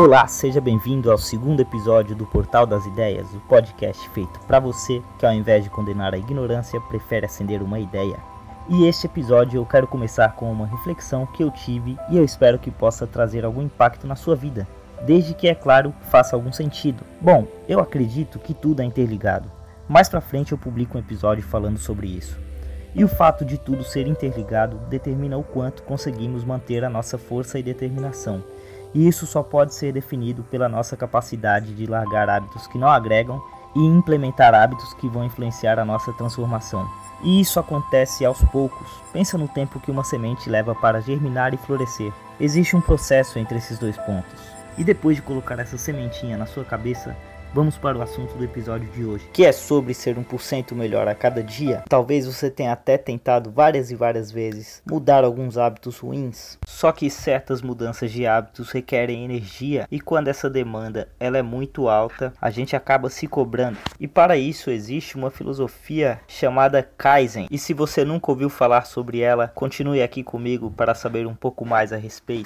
Olá, seja bem-vindo ao segundo episódio do Portal das Ideias, o podcast feito para você que ao invés de condenar a ignorância, prefere acender uma ideia. E este episódio eu quero começar com uma reflexão que eu tive e eu espero que possa trazer algum impacto na sua vida, desde que, é claro, faça algum sentido. Bom, eu acredito que tudo é interligado. Mais pra frente eu publico um episódio falando sobre isso. E o fato de tudo ser interligado determina o quanto conseguimos manter a nossa força e determinação. E isso só pode ser definido pela nossa capacidade de largar hábitos que não agregam e implementar hábitos que vão influenciar a nossa transformação. E isso acontece aos poucos. Pensa no tempo que uma semente leva para germinar e florescer. Existe um processo entre esses dois pontos. E depois de colocar essa sementinha na sua cabeça, vamos para o assunto do episódio de hoje, que é sobre ser 1% melhor a cada dia. Talvez você tenha até tentado várias e várias vezes mudar alguns hábitos ruins, só que certas mudanças de hábitos requerem energia e quando essa demanda ela é muito alta, a gente acaba se cobrando. E para isso existe uma filosofia chamada Kaizen. E se você nunca ouviu falar sobre ela, continue aqui comigo para saber um pouco mais a respeito.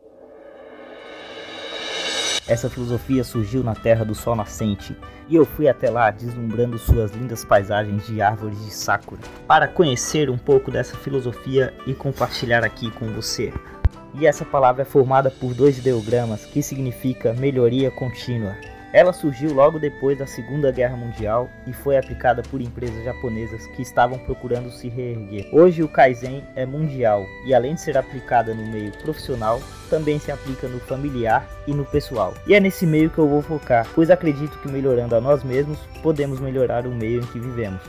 Essa filosofia surgiu na terra do sol nascente e eu fui até lá deslumbrando suas lindas paisagens de árvores de sakura para conhecer um pouco dessa filosofia e compartilhar aqui com você. E essa palavra é formada por dois ideogramas que significa melhoria contínua. Ela surgiu logo depois da Segunda Guerra Mundial e foi aplicada por empresas japonesas que estavam procurando se reerguer. Hoje o Kaizen é mundial e além de ser aplicada no meio profissional, também se aplica no familiar e no pessoal. E é nesse meio que eu vou focar, pois acredito que melhorando a nós mesmos, podemos melhorar o meio em que vivemos.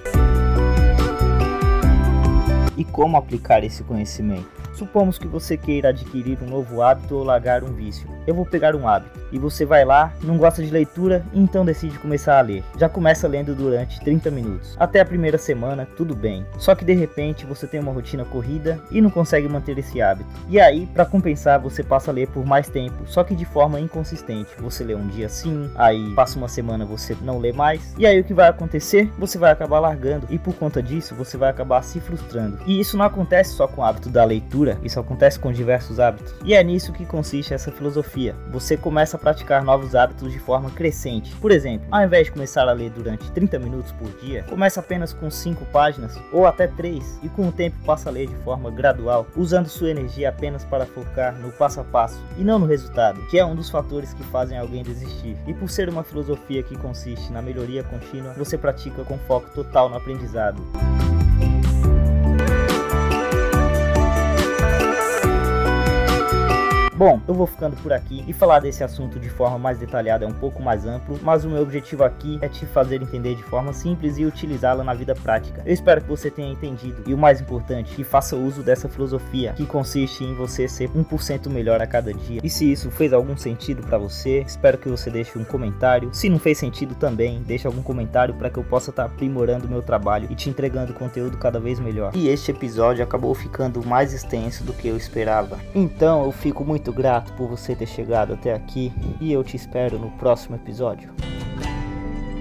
E como aplicar esse conhecimento? Supomos que você queira adquirir um novo hábito ou largar um vício. Eu vou pegar um hábito e você vai lá, não gosta de leitura e então decide começar a ler. Já começa lendo durante 30 minutos. Até a primeira semana, tudo bem. Só que de repente você tem uma rotina corrida e não consegue manter esse hábito. E aí, para compensar, você passa a ler por mais tempo, só que de forma inconsistente. Você lê um dia sim, aí passa uma semana você não lê mais. E aí o que vai acontecer? Você vai acabar largando e por conta disso você vai acabar se frustrando. E isso não acontece só com o hábito da leitura. Isso acontece com diversos hábitos. E é nisso que consiste essa filosofia. Você começa a praticar novos hábitos de forma crescente. Por exemplo, ao invés de começar a ler durante 30 minutos por dia, começa apenas com 5 páginas ou até 3 e com o tempo passa a ler de forma gradual, usando sua energia apenas para focar no passo a passo e não no resultado, que é um dos fatores que fazem alguém desistir. E por ser uma filosofia que consiste na melhoria contínua, você pratica com foco total no aprendizado. Bom, eu vou ficando por aqui e falar desse assunto de forma mais detalhada é um pouco mais amplo, mas o meu objetivo aqui é te fazer entender de forma simples e utilizá-la na vida prática. Eu espero que você tenha entendido e o mais importante, que faça uso dessa filosofia que consiste em você ser 1% melhor a cada dia. E se isso fez algum sentido para você, espero que você deixe um comentário. Se não fez sentido também, deixe algum comentário para que eu possa estar aprimorando o meu trabalho e te entregando conteúdo cada vez melhor. E este episódio acabou ficando mais extenso do que eu esperava. Então eu fico muito grato por você ter chegado até aqui e eu te espero no próximo episódio.